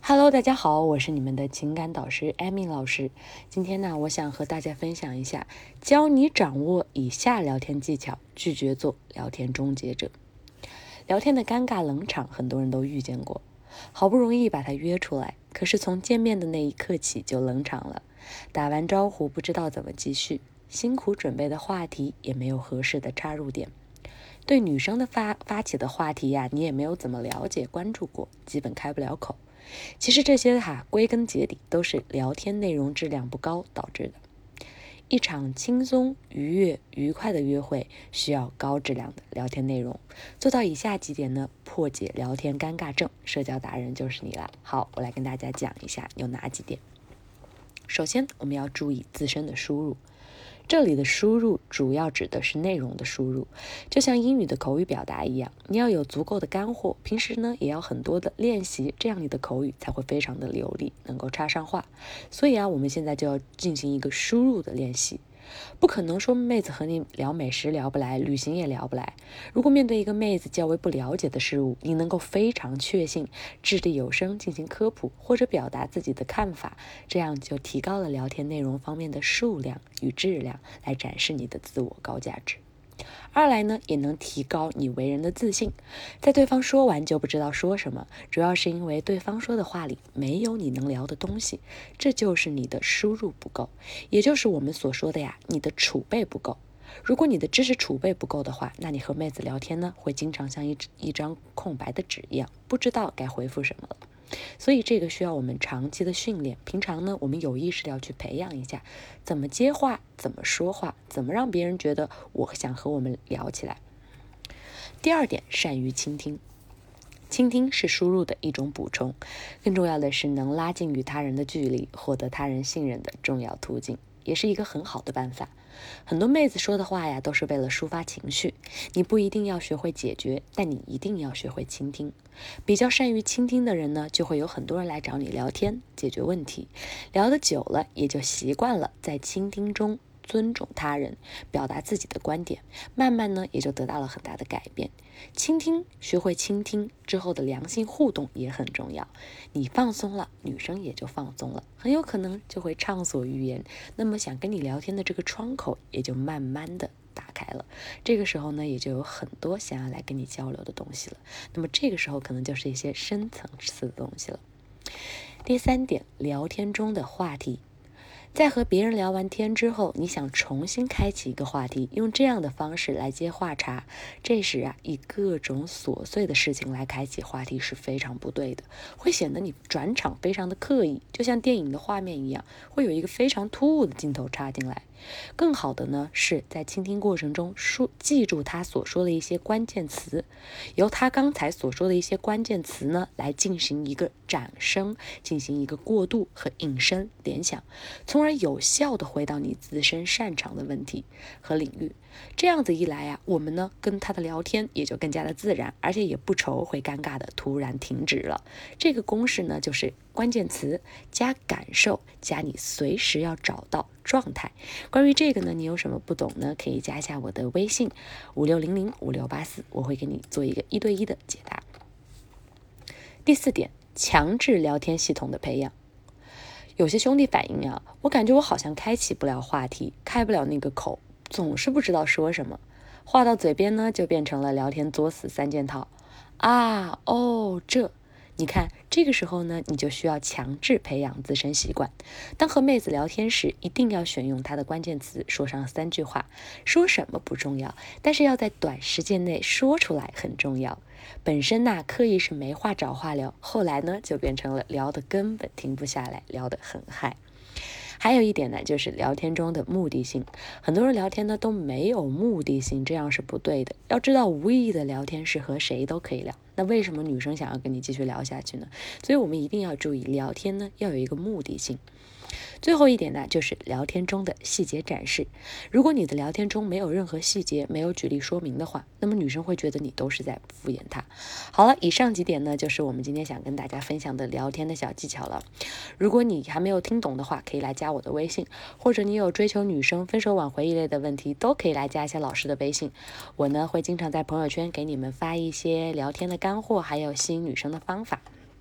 Hello，大家好，我是你们的情感导师艾米老师。今天呢，我想和大家分享一下，教你掌握以下聊天技巧，拒绝做聊天终结者。聊天的尴尬冷场，很多人都遇见过。好不容易把他约出来，可是从见面的那一刻起就冷场了。打完招呼不知道怎么继续，辛苦准备的话题也没有合适的插入点。对女生的发起的话题呀，你也没有怎么了解关注过，基本开不了口。其实这些归根结底都是聊天内容质量不高导致的。一场轻松、愉悦、愉快的约会需要高质量的聊天内容。做到以下几点呢，破解聊天尴尬症，社交达人就是你了。好，我来跟大家讲一下有哪几点。首先，我们要注意自身的输入。这里的输入主要指的是内容的输入，就像英语的口语表达一样，你要有足够的干货，平时呢也要很多的练习，这样你的口语才会非常的流利，能够插上话。所以我们现在就要进行一个输入的练习。不可能说妹子和你聊美食聊不来，旅行也聊不来。如果面对一个妹子较为不了解的事物，你能够非常确信，掷地有声进行科普或者表达自己的看法，这样就提高了聊天内容方面的数量与质量，来展示你的自我高价值。二来呢，也能提高你为人的自信。在对方说完就不知道说什么，主要是因为对方说的话里没有你能聊的东西，这就是你的输入不够，也就是我们所说的你的储备不够。如果你的知识储备不够的话，那你和妹子聊天呢，会经常像一张空白的纸一样，不知道该回复什么了。所以这个需要我们长期的训练，平常呢，我们有意识的要去培养一下，怎么接话，怎么说话，怎么让别人觉得我想和我们聊起来。第二点，善于倾听。倾听是输入的一种补充，更重要的是能拉近与他人的距离，获得他人信任的重要途径，也是一个很好的办法。很多妹子说的话都是为了抒发情绪，你不一定要学会解决，但你一定要学会倾听。比较善于倾听的人呢，就会有很多人来找你聊天，解决问题。聊得久了，也就习惯了在倾听中尊重他人，表达自己的观点，慢慢呢，也就得到了很大的改变。倾听，学会倾听之后的良性互动也很重要。你放松了，女生也就放松了，很有可能就会畅所欲言。那么想跟你聊天的这个窗口也就慢慢的打开了。这个时候呢，也就有很多想要来跟你交流的东西了。那么这个时候可能就是一些深层次的东西了。第三点，聊天中的话题。在和别人聊完天之后，你想重新开启一个话题，用这样的方式来接话茬，这时以各种琐碎的事情来开启话题是非常不对的，会显得你转场非常的刻意，就像电影的画面一样，会有一个非常突兀的镜头插进来。更好的呢，是在倾听过程中记住他所说的一些关键词，由他刚才所说的一些关键词呢，来进行一个掌声，进行一个过渡和引申联想，从而有效的回到你自身擅长的问题和领域。这样子一来我们呢跟他的聊天也就更加的自然，而且也不愁会尴尬的突然停止了。这个公式呢，就是关键词加感受加你随时要找到状态。关于这个呢，你有什么不懂呢，可以加一下我的微信56005684，我会给你做一个1对1的解答。第四点，强制聊天系统的培养。有些兄弟反映我感觉我好像开启不了话题，开不了那个口，总是不知道说什么，话到嘴边呢就变成了聊天作死三件套这。你看，这个时候呢，你就需要强制培养自身习惯。当和妹子聊天时，一定要选用她的关键词，说上3句话。说什么不重要，但是要在短时间内说出来很重要。本身刻意是没话找话聊，后来呢，就变成了聊得根本停不下来，聊得很嗨。还有一点呢，就是聊天中的目的性。很多人聊天呢都没有目的性，这样是不对的。要知道，无意义的聊天是和谁都可以聊。那为什么女生想要跟你继续聊下去呢？所以我们一定要注意，聊天呢要有一个目的性。最后一点呢，就是聊天中的细节展示。如果你的聊天中没有任何细节，没有举例说明的话，那么女生会觉得你都是在敷衍她。好了，以上几点呢，就是我们今天想跟大家分享的聊天的小技巧了。如果你还没有听懂的话，可以来加我的微信，或者你有追求女生、分手挽回一类的问题，都可以来加一下老师的微信。我呢会经常在朋友圈给你们发一些聊天的干货，还有吸引女生的方法。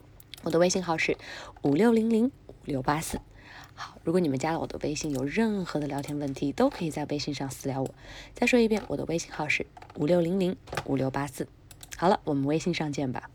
我的微信号是56005684。好，如果你们加了我的微信，有任何的聊天问题，都可以在微信上私聊我。再说一遍，我的微信号是56005684。好了，我们微信上见吧。